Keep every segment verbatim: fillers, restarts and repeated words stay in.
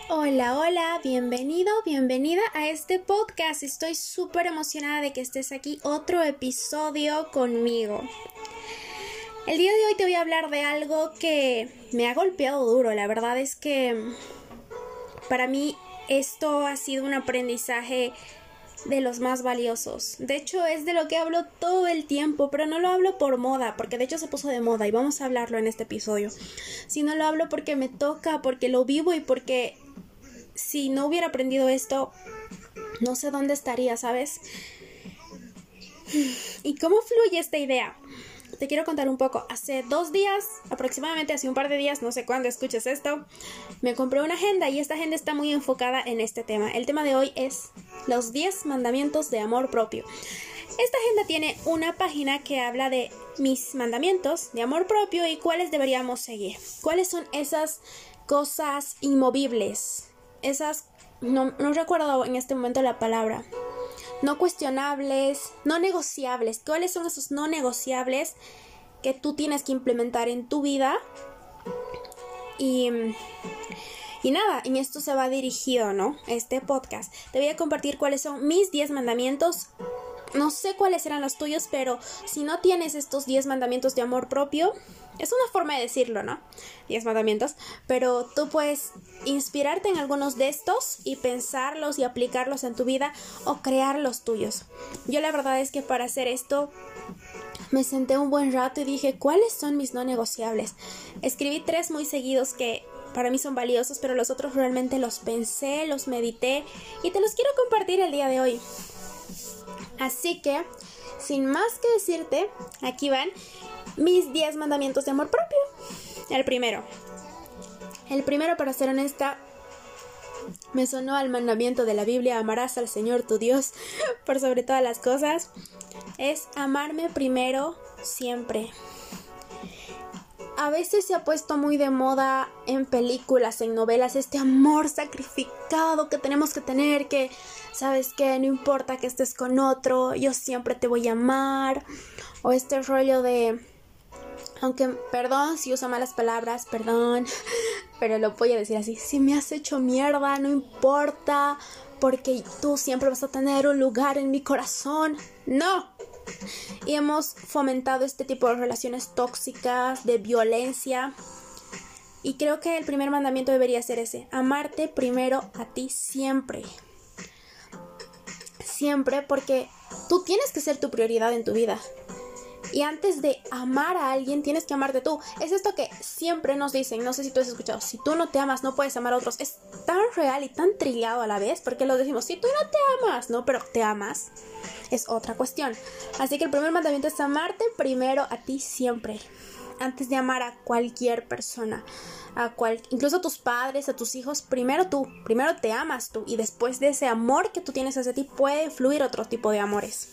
Hola, hola, bienvenido, bienvenida a este podcast. Estoy súper emocionada de que estés aquí, otro episodio conmigo. El día de hoy te voy a hablar de algo que me ha golpeado duro. La verdad es que para mí esto ha sido un aprendizaje de los más valiosos. De hecho, es de lo que hablo todo el tiempo, pero no lo hablo por moda, porque de hecho se puso de moda y vamos a hablarlo en este episodio. Sino lo hablo porque me toca, porque lo vivo y porque si no hubiera aprendido esto, no sé dónde estaría, ¿sabes? ¿Y cómo fluye esta idea? Te quiero contar un poco. Hace dos días, aproximadamente hace un par de días, no sé cuándo escuches esto, me compré una agenda y esta agenda está muy enfocada en este tema. El tema de hoy es los diez mandamientos de amor propio. Esta agenda tiene una página que habla de mis mandamientos de amor propio y cuáles deberíamos seguir. ¿Cuáles son esas cosas inmovibles? Esas, no, no recuerdo en este momento la palabra, no cuestionables, no negociables. ¿Cuáles son esos no negociables que tú tienes que implementar en tu vida? Y, y nada, en esto se va dirigido, ¿no? Este podcast. Te voy a compartir cuáles son mis diez mandamientos. No sé cuáles serán los tuyos, pero si no tienes estos diez mandamientos de amor propio, es una forma de decirlo, ¿no? diez mandamientos, pero tú puedes inspirarte en algunos de estos y pensarlos y aplicarlos en tu vida o crear los tuyos. Yo la verdad es que para hacer esto me senté un buen rato y dije, ¿cuáles son mis no negociables? Escribí tres muy seguidos que para mí son valiosos, pero los otros realmente los pensé, los medité y te los quiero compartir el día de hoy. Así que, sin más que decirte, aquí van mis diez mandamientos de amor propio. El primero. El primero, para ser honesta, me sonó al mandamiento de la Biblia: amarás al Señor tu Dios por sobre todas las cosas. Es amarme primero siempre. A veces se ha puesto muy de moda en películas, en novelas, este amor sacrificado que tenemos que tener, que, ¿sabes qué? No importa que estés con otro, yo siempre te voy a amar. O este rollo de, aunque, perdón si uso malas palabras, perdón, pero lo voy a decir así: si me has hecho mierda, no importa, porque tú siempre vas a tener un lugar en mi corazón. ¡No! Y hemos fomentado este tipo de relaciones tóxicas, de violencia. Y creo que el primer mandamiento debería ser ese: amarte primero a ti siempre. Siempre, porque tú tienes que ser tu prioridad en tu vida. Y antes de amar a alguien, tienes que amarte tú. Es esto que siempre nos dicen, no sé si tú has escuchado: si tú no te amas, no puedes amar a otros. Es tan real y tan trillado a la vez, porque lo decimos, si tú no te amas, no, pero te amas, es otra cuestión. Así que el primer mandamiento es amarte primero a ti siempre, antes de amar a cualquier persona, a cual, incluso a tus padres, a tus hijos. Primero tú, primero te amas tú, y después de ese amor que tú tienes hacia ti puede fluir otro tipo de amores.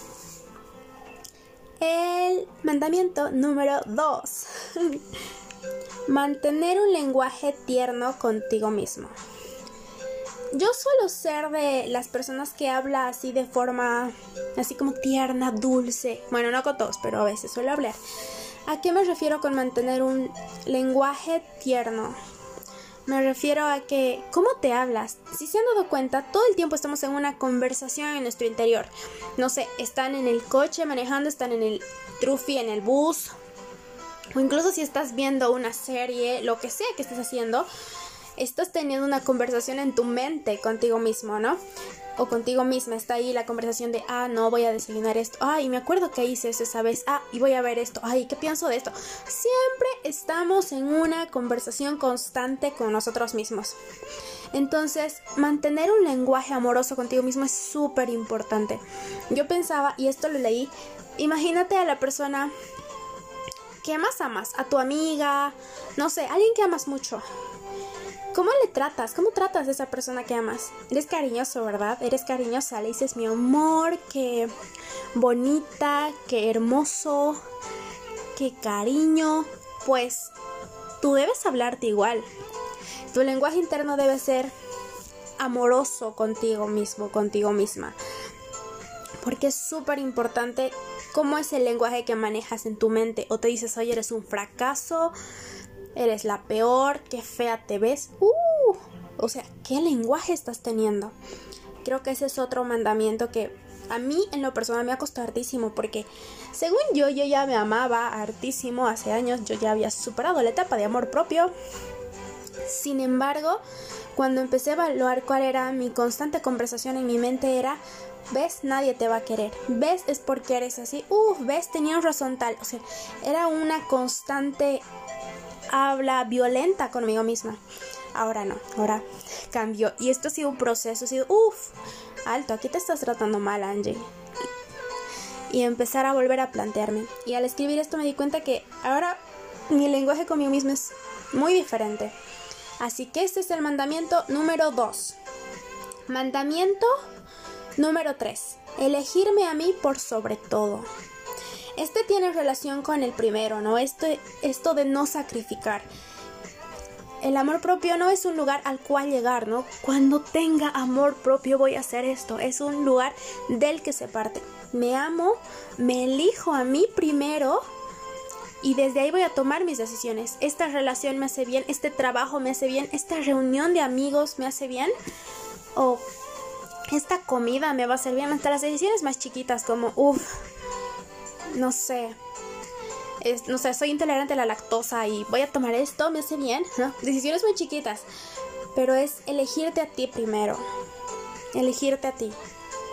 El mandamiento número dos. Mantener un lenguaje tierno contigo mismo. Yo suelo ser de las personas que habla así de forma, así como tierna, dulce. Bueno, no con todos, pero a veces suelo hablar. ¿A qué me refiero con mantener un lenguaje tierno? Me refiero a que, ¿cómo te hablas? Si se han dado cuenta, todo el tiempo estamos en una conversación en nuestro interior. No sé, están en el coche manejando, están en el trufi, en el bus, o incluso si estás viendo una serie, lo que sea que estés haciendo, estás teniendo una conversación en tu mente contigo mismo, ¿no? O contigo misma. Está ahí la conversación de, ah, no, voy a desayunar esto. Ay, me acuerdo que hice eso esa vez. Ah, y voy a ver esto. Ay, ¿qué pienso de esto? Siempre estamos en una conversación constante con nosotros mismos. Entonces, mantener un lenguaje amoroso contigo mismo es súper importante. Yo pensaba, y esto lo leí, imagínate a la persona que más amas, a tu amiga, no sé, alguien que amas mucho. ¿Cómo le tratas? ¿Cómo tratas a esa persona que amas? Eres cariñoso, ¿verdad? Eres cariñosa, le dices mi amor, qué bonita, qué hermoso, qué cariño. Pues tú debes hablarte igual. Tu lenguaje interno debe ser amoroso contigo mismo, contigo misma. Porque es súper importante cómo es el lenguaje que manejas en tu mente. O te dices, oye, eres un fracaso, eres la peor, qué fea te ves. Uh, O sea, ¿qué lenguaje estás teniendo? Creo que ese es otro mandamiento que a mí en lo personal me ha costado hartísimo, porque según yo, yo ya me amaba hartísimo hace años, yo ya había superado la etapa de amor propio. Sin embargo, cuando empecé a evaluar cuál era mi constante conversación en mi mente era, ¿ves? Nadie te va a querer. ¿Ves? Es porque eres así. Uf, ¿ves? Tenías razón tal. O sea, era una constante habla violenta conmigo misma. Ahora no, ahora cambió. Y esto ha sido un proceso, ha sido, uff, alto, aquí te estás tratando mal, Angie. Y empezar a volver a plantearme. Y al escribir esto me di cuenta que ahora mi lenguaje conmigo misma es muy diferente. Así que este es el mandamiento número dos. Mandamiento número tres. Elegirme a mí por sobre todo. Este tiene relación con el primero, ¿no? Esto, esto de no sacrificar. El amor propio no es un lugar al cual llegar, ¿no? Cuando tenga amor propio voy a hacer esto. Es un lugar del que se parte. Me amo, me elijo a mí primero y desde ahí voy a tomar mis decisiones. Esta relación me hace bien, este trabajo me hace bien, esta reunión de amigos me hace bien, o esta comida me va a hacer bien. Hasta las decisiones más chiquitas como, uff, no sé... Es, no sé, soy intolerante a la lactosa y voy a tomar esto, me hace bien, ¿no? Decisiones muy chiquitas, pero es elegirte a ti primero, elegirte a ti.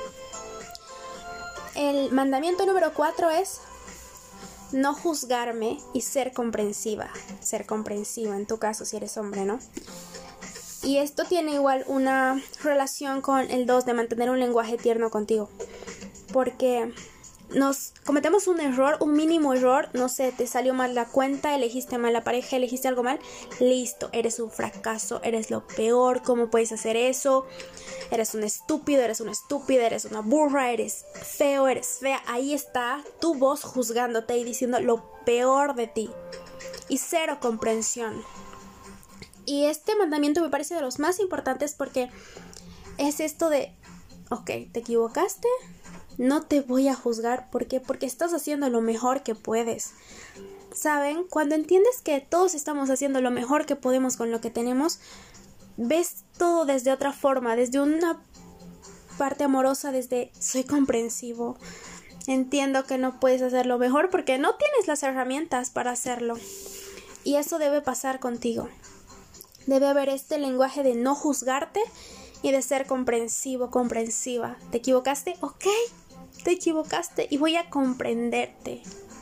El mandamiento número cuatro es no juzgarme y ser comprensiva, ser comprensiva en tu caso si eres hombre, ¿no? Y esto tiene igual una relación con el dos de mantener un lenguaje tierno contigo, porque... nos cometemos un error, un mínimo error, no sé, te salió mal la cuenta, elegiste mal la pareja, elegiste algo mal, listo, eres un fracaso, eres lo peor, ¿cómo puedes hacer eso? Eres un estúpido, eres una estúpida, eres una burra, eres feo, eres fea. Ahí está tu voz juzgándote y diciendo lo peor de ti. Y cero comprensión. Y este mandamiento me parece de los más importantes porque es esto de, ok, te equivocaste, no te voy a juzgar. ¿Por qué? Porque estás haciendo lo mejor que puedes. ¿Saben? Cuando entiendes que todos estamos haciendo lo mejor que podemos con lo que tenemos, ves todo desde otra forma, desde una parte amorosa, desde soy comprensivo. Entiendo que no puedes hacerlo mejor porque no tienes las herramientas para hacerlo. Y eso debe pasar contigo. Debe haber este lenguaje de no juzgarte y de ser comprensivo, comprensiva. ¿Te equivocaste? Ok, te equivocaste y voy a comprenderte.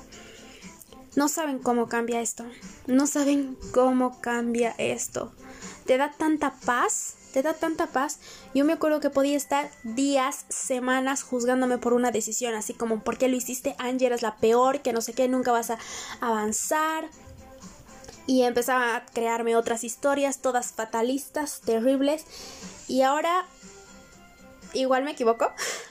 No saben cómo cambia esto. No saben cómo cambia esto. Te da tanta paz, te da tanta paz. Yo me acuerdo que podía estar días, semanas juzgándome por una decisión, así como, ¿por qué lo hiciste, Angie? Eres la peor, que no sé qué, nunca vas a avanzar. Y empezaba a crearme otras historias, todas fatalistas, terribles. Y ahora, igual me equivoco.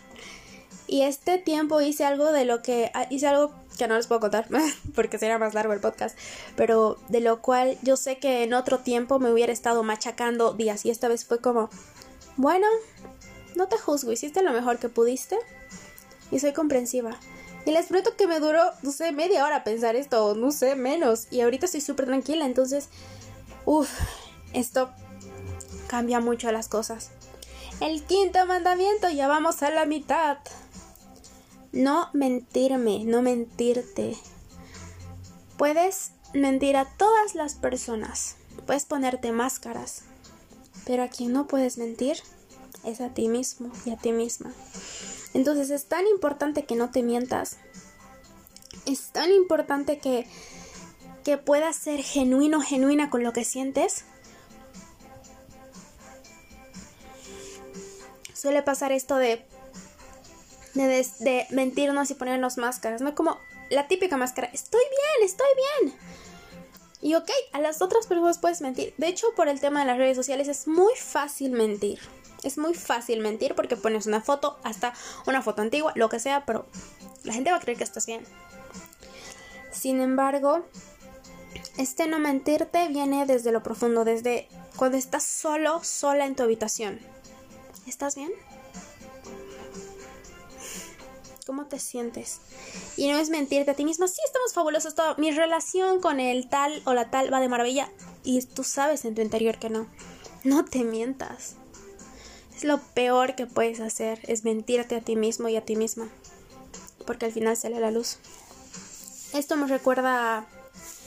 Y este tiempo hice algo de lo que... Hice algo que no les puedo contar, porque sería más largo el podcast. Pero de lo cual yo sé que en otro tiempo me hubiera estado machacando días. Y esta vez fue como, bueno, no te juzgo, hiciste lo mejor que pudiste. Y soy comprensiva. Y les prometo que me duró, no sé, media hora pensar esto, o no sé, menos. Y ahorita estoy súper tranquila, entonces, uff, esto cambia mucho las cosas. El quinto mandamiento, ya vamos a la mitad. No mentirme, no mentirte. Puedes mentir a todas las personas, puedes ponerte máscaras, pero a quien no puedes mentir es a ti mismo y a ti misma. Entonces es tan importante que no te mientas. Es tan importante que, que puedas ser genuino, genuina con lo que sientes. Suele pasar esto de, de, de, de mentirnos y ponernos máscaras, ¿no? Como la típica máscara, estoy bien, estoy bien. Y ok, a las otras personas puedes mentir. De hecho, por el tema de las redes sociales es muy fácil mentir. Es muy fácil mentir porque pones una foto, hasta una foto antigua, lo que sea, pero la gente va a creer que estás bien. Sin embargo, este no mentirte viene desde lo profundo, desde cuando estás solo, sola en tu habitación. ¿Estás bien? ¿Cómo te sientes? Y no es mentirte a ti misma, sí, estamos fabulosos, todo. Mi relación con el tal o la tal va de maravilla. y tú sabes en tu interior que no. No te mientas. Es lo peor que puedes hacer, es mentirte a ti mismo y a ti misma, porque al final sale a la luz. Esto me recuerda a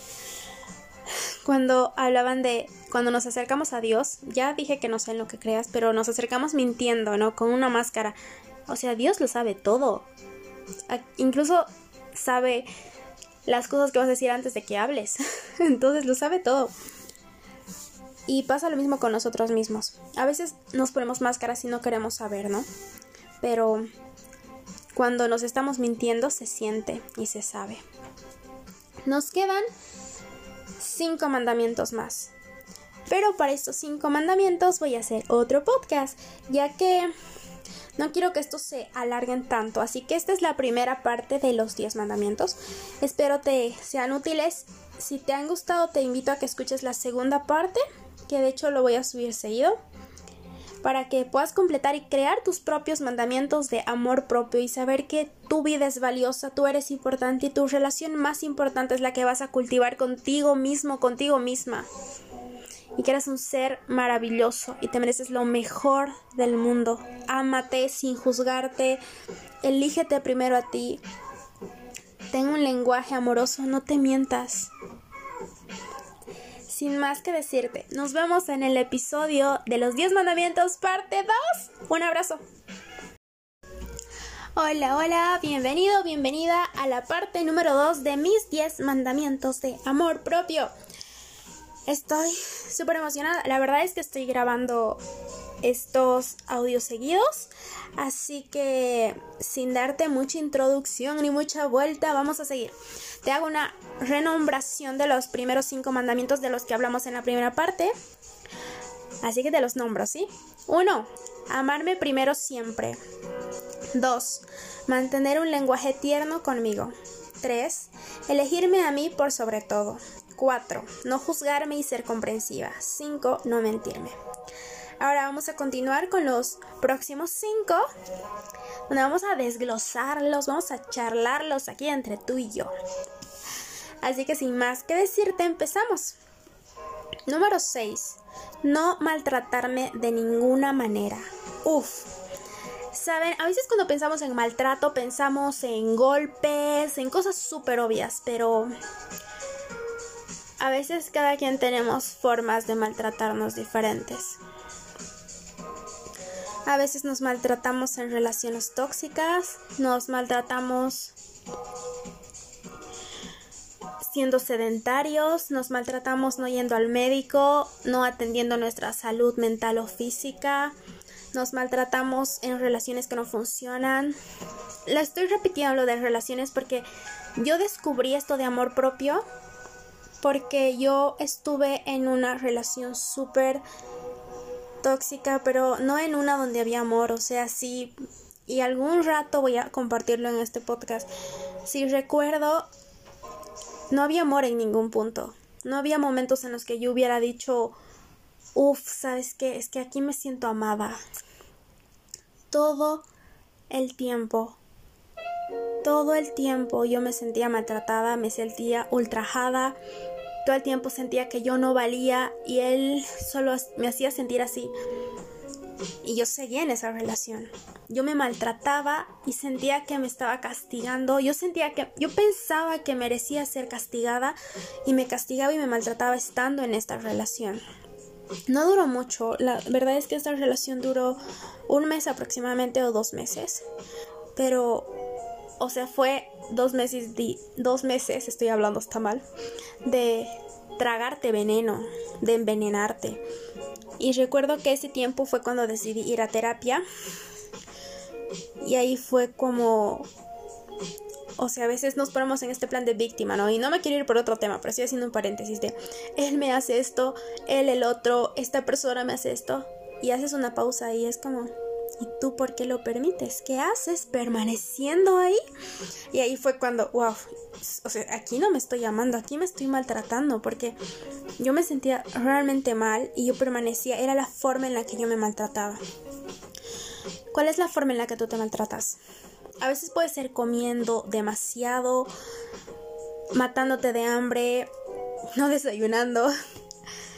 cuando hablaban de cuando nos acercamos a Dios. Ya dije que no sé en lo que creas, pero nos acercamos mintiendo, ¿no? Con una máscara. O sea, Dios lo sabe todo. Incluso sabe las cosas que vas a decir antes de que hables. Entonces lo sabe todo. Y pasa lo mismo con nosotros mismos. A veces nos ponemos máscaras y no queremos saber, ¿no? Pero cuando nos estamos mintiendo se siente y se sabe. Nos quedan cinco mandamientos más. Pero para estos cinco mandamientos voy a hacer otro podcast, ya que no quiero que estos se alarguen tanto. Así que esta es la primera parte de los diez mandamientos. Espero te sean útiles. Si te han gustado, te invito a que escuches la segunda parte, que de hecho lo voy a subir seguido, para que puedas completar y crear tus propios mandamientos de amor propio y saber que tu vida es valiosa, tú eres importante y tu relación más importante es la que vas a cultivar contigo mismo, contigo misma. Y que eres un ser maravilloso y te mereces lo mejor del mundo. Ámate sin juzgarte, elígete primero a ti. Ten un lenguaje amoroso, no te mientas. Sin más que decirte, nos vemos en el episodio de los diez mandamientos parte dos. Un abrazo. Hola, hola, bienvenido, bienvenida a la parte número dos de mis diez mandamientos de amor propio. Estoy súper emocionada. La verdad es que estoy grabando estos audios seguidos, así que sin darte mucha introducción ni mucha vuelta, vamos a seguir. Te hago una renombración de los primeros cinco mandamientos de los que hablamos en la primera parte, así que te los nombro, ¿sí? uno. Amarme primero siempre. dos. Mantener un lenguaje tierno conmigo. tres. Elegirme a mí por sobre todo. cuatro. No juzgarme y ser comprensiva. cinco. No mentirme. Ahora vamos a continuar con los próximos cinco, donde vamos a desglosarlos, vamos a charlarlos aquí entre tú y yo. Así que sin más que decirte, empezamos. Número seis. No maltratarme de ninguna manera. Uf. Saben, a veces cuando pensamos en maltrato, pensamos en golpes, en cosas súper obvias, pero a veces cada quien tenemos formas de maltratarnos diferentes. A veces nos maltratamos en relaciones tóxicas, nos maltratamos siendo sedentarios, nos maltratamos no yendo al médico, no atendiendo nuestra salud mental o física, nos maltratamos en relaciones que no funcionan. La estoy repitiendo lo de relaciones porque yo descubrí esto de amor propio porque yo estuve en una relación súper tóxica, pero no en una donde había amor, o sea, sí, y algún rato voy a compartirlo en este podcast. Si recuerdo, no había amor en ningún punto, no había momentos en los que yo hubiera dicho, uff, ¿sabes qué? Es que aquí me siento amada. Todo el tiempo, todo el tiempo yo me sentía maltratada, me sentía ultrajada. Todo el tiempo sentía que yo no valía y él solo me hacía sentir así. Y yo seguía en esa relación. Yo me maltrataba y sentía que me estaba castigando. Yo sentía que, yo pensaba que merecía ser castigada y me castigaba y me maltrataba estando en esta relación. No duró mucho. La verdad es que esta relación duró un mes aproximadamente o dos meses. Pero, o sea, fue dos meses, di, dos meses, estoy hablando está mal, de tragarte veneno, de envenenarte. Y recuerdo que ese tiempo fue cuando decidí ir a terapia. Y ahí fue como, o sea, a veces nos ponemos en este plan de víctima, ¿no? Y no me quiero ir por otro tema, pero estoy haciendo un paréntesis de él me hace esto, él el otro, esta persona me hace esto. Y haces una pausa y es como, ¿y tú por qué lo permites? ¿Qué haces permaneciendo ahí? Y ahí fue cuando, wow, o sea, aquí no me estoy amando, aquí me estoy maltratando, porque yo me sentía realmente mal y yo permanecía, era la forma en la que yo me maltrataba. ¿Cuál es la forma en la que tú te maltratas? A veces puede ser comiendo demasiado, matándote de hambre, no desayunando,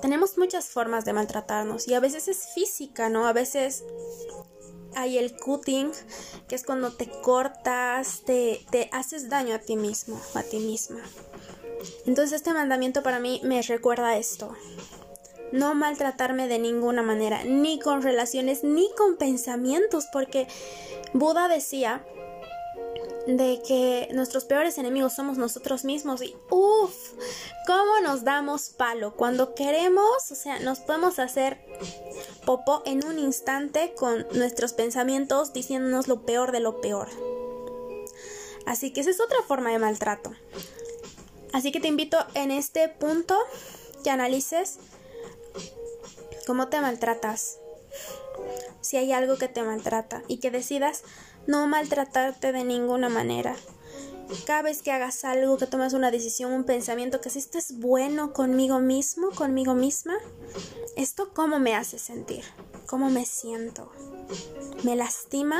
tenemos muchas formas de maltratarnos y a veces es física, ¿no? A veces hay el cutting, que es cuando te cortas, te, te haces daño a ti mismo, a ti misma. Entonces este mandamiento para mí me recuerda esto. No maltratarme de ninguna manera, ni con relaciones, ni con pensamientos, porque Buda decía de que nuestros peores enemigos somos nosotros mismos y uff, cómo nos damos palo cuando queremos, o sea, nos podemos hacer popó en un instante con nuestros pensamientos diciéndonos lo peor de lo peor. Así que esa es otra forma de maltrato. Así que te invito en este punto que analices cómo te maltratas, si hay algo que te maltrata y que decidas no maltratarte de ninguna manera. Cada vez que hagas algo, que tomas una decisión, un pensamiento, que si esto es bueno conmigo mismo, conmigo misma, ¿esto cómo me hace sentir? ¿Cómo me siento? ¿Me lastima?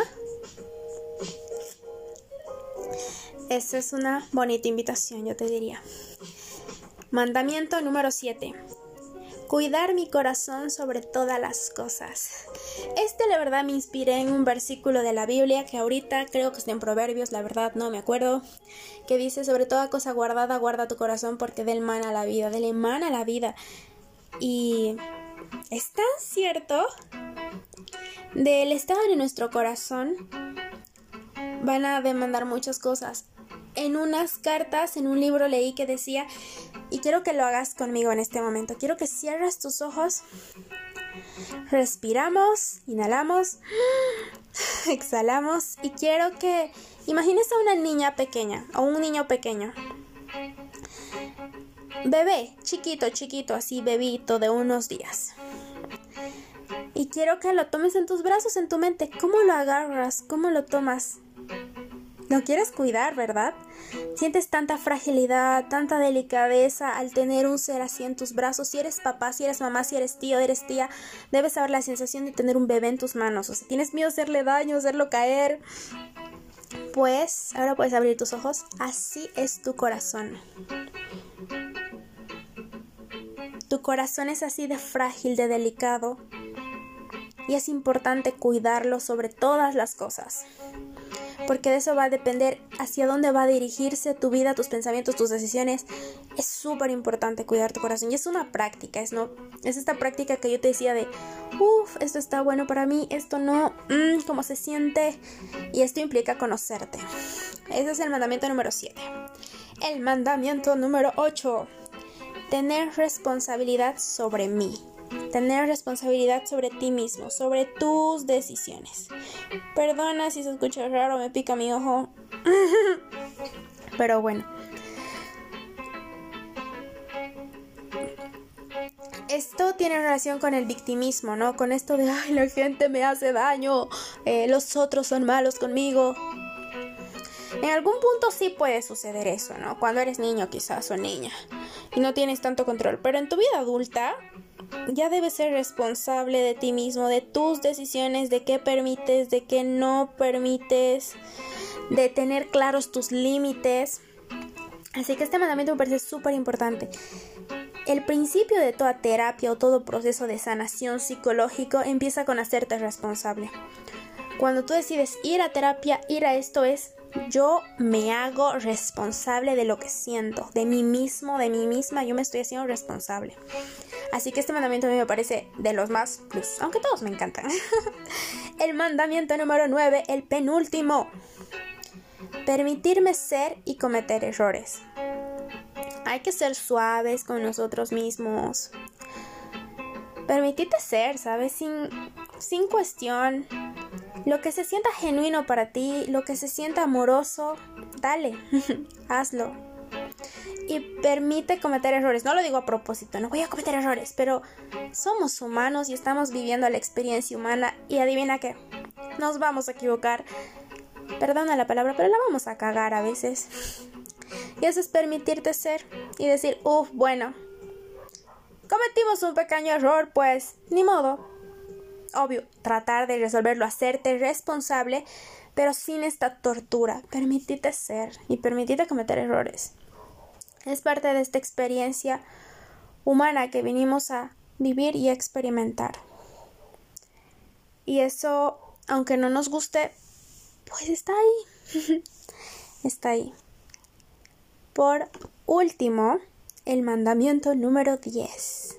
Esa es una bonita invitación, yo te diría. Mandamiento número siete. Cuidar mi corazón sobre todas las cosas. Este la verdad me inspiré en un versículo de la Biblia que ahorita creo que está en Proverbios, la verdad no me acuerdo, que dice: sobre toda cosa guardada, guarda tu corazón porque de él mana la vida, de él emana la vida. Y es tan cierto, del estado de nuestro corazón van a demandar muchas cosas. En unas cartas, en un libro leí que decía, y quiero que lo hagas conmigo en este momento, quiero que cierres tus ojos, respiramos, inhalamos, exhalamos, y quiero que imagines a una niña pequeña o un niño pequeño, bebé, chiquito, chiquito, así bebito de unos días. Y quiero que lo tomes en tus brazos, en tu mente. ¿Cómo lo agarras? ¿Cómo lo tomas? Lo quieres cuidar, ¿verdad? Sientes tanta fragilidad, tanta delicadeza al tener un ser así en tus brazos. Si eres papá, si eres mamá, si eres tío, eres tía, debes saber la sensación de tener un bebé en tus manos. O si tienes miedo de hacerle daño, hacerlo caer, pues ahora puedes abrir tus ojos. Así es tu corazón. Tu corazón es así de frágil, de delicado. Y es importante cuidarlo sobre todas las cosas. Porque de eso va a depender hacia dónde va a dirigirse tu vida, tus pensamientos, tus decisiones. Es súper importante cuidar tu corazón. Y es una práctica, es, ¿no? Es esta práctica que yo te decía de, uff, esto está bueno para mí, esto no, mmm, cómo se siente. Y esto implica conocerte. Ese es el mandamiento número siete. El mandamiento número ocho. Tener responsabilidad sobre mí. Tener responsabilidad sobre ti mismo, sobre tus decisiones. Perdona si se escucha raro, me pica mi ojo. Pero bueno. Esto tiene relación con el victimismo, ¿no? Con esto de, ay, la gente me hace daño, eh, los otros son malos conmigo. En algún punto sí puede suceder eso, ¿no? Cuando eres niño quizás o niña y no tienes tanto control. Pero en tu vida adulta ya debes ser responsable de ti mismo, de tus decisiones, de qué permites, de qué no permites, de tener claros tus límites. Así que este mandamiento me parece súper importante. El principio de toda terapia o todo proceso de sanación psicológico empieza con hacerte responsable. Cuando tú decides ir a terapia, ir a esto es, yo me hago responsable de lo que siento, de mí mismo, de mí misma, yo me estoy haciendo responsable. Así que este mandamiento a mí me parece de los más plus, aunque todos me encantan. El mandamiento número nueve, el penúltimo. Permitirme ser y cometer errores. Hay que ser suaves con nosotros mismos. Permitirte ser, ¿sabes? Sin, sin cuestión. Lo que se sienta genuino para ti, lo que se sienta amoroso, dale, hazlo. Y permite cometer errores. No lo digo a propósito, no voy a cometer errores, pero somos humanos y estamos viviendo la experiencia humana y adivina qué, nos vamos a equivocar. Perdona la palabra, pero la vamos a cagar a veces. Y eso es permitirte ser y decir, uff, bueno, cometimos un pequeño error, pues, ni modo. Obvio, tratar de resolverlo, hacerte responsable, pero sin esta tortura. Permítete ser y permítete cometer errores. Es parte de esta experiencia humana que vinimos a vivir y experimentar. Y eso, aunque no nos guste, pues está ahí. Está ahí. Por último, el mandamiento número diez.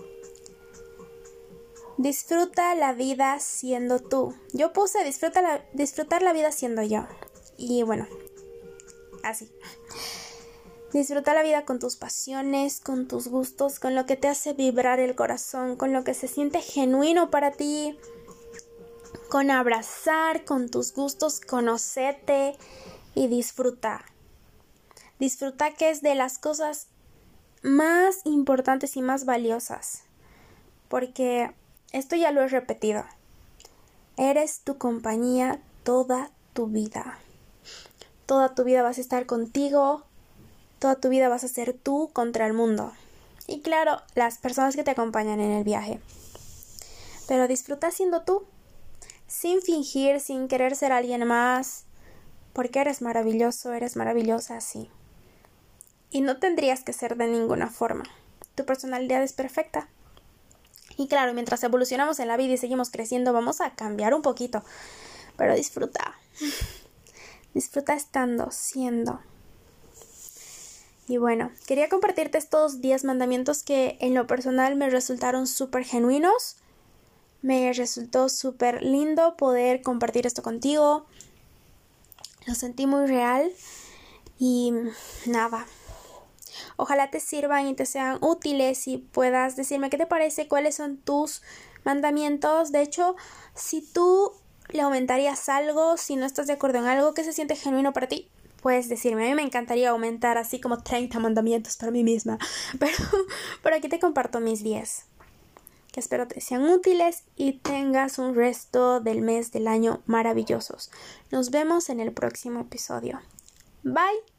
Disfruta la vida siendo tú. Yo puse disfruta la, disfrutar la vida siendo yo. Y bueno, así. Disfruta la vida con tus pasiones, con tus gustos, con lo que te hace vibrar el corazón, con lo que se siente genuino para ti, con abrazar, con tus gustos, conocerte y disfrutar. Disfruta, que es de las cosas más importantes y más valiosas, porque esto ya lo he repetido. Eres tu compañía toda tu vida. Toda tu vida vas a estar contigo, toda tu vida vas a ser tú contra el mundo. Y claro, las personas que te acompañan en el viaje. Pero disfruta siendo tú, sin fingir, sin querer ser alguien más, porque eres maravilloso, eres maravillosa así. Y no tendrías que ser de ninguna forma. Tu personalidad es perfecta. Y claro, mientras evolucionamos en la vida y seguimos creciendo, vamos a cambiar un poquito. Pero disfruta. Disfruta estando, siendo. Y bueno, quería compartirte estos diez mandamientos que en lo personal me resultaron súper genuinos. Me resultó súper lindo poder compartir esto contigo. Lo sentí muy real. Y nada. Ojalá te sirvan y te sean útiles y puedas decirme qué te parece, cuáles son tus mandamientos. De hecho, si tú le aumentarías algo, si no estás de acuerdo en algo que se siente genuino para ti, puedes decirme. A mí me encantaría aumentar así como treinta mandamientos para mí misma. Pero por aquí te comparto mis diez. Que espero te sean útiles y tengas un resto del mes, del año maravillosos. Nos vemos en el próximo episodio. Bye.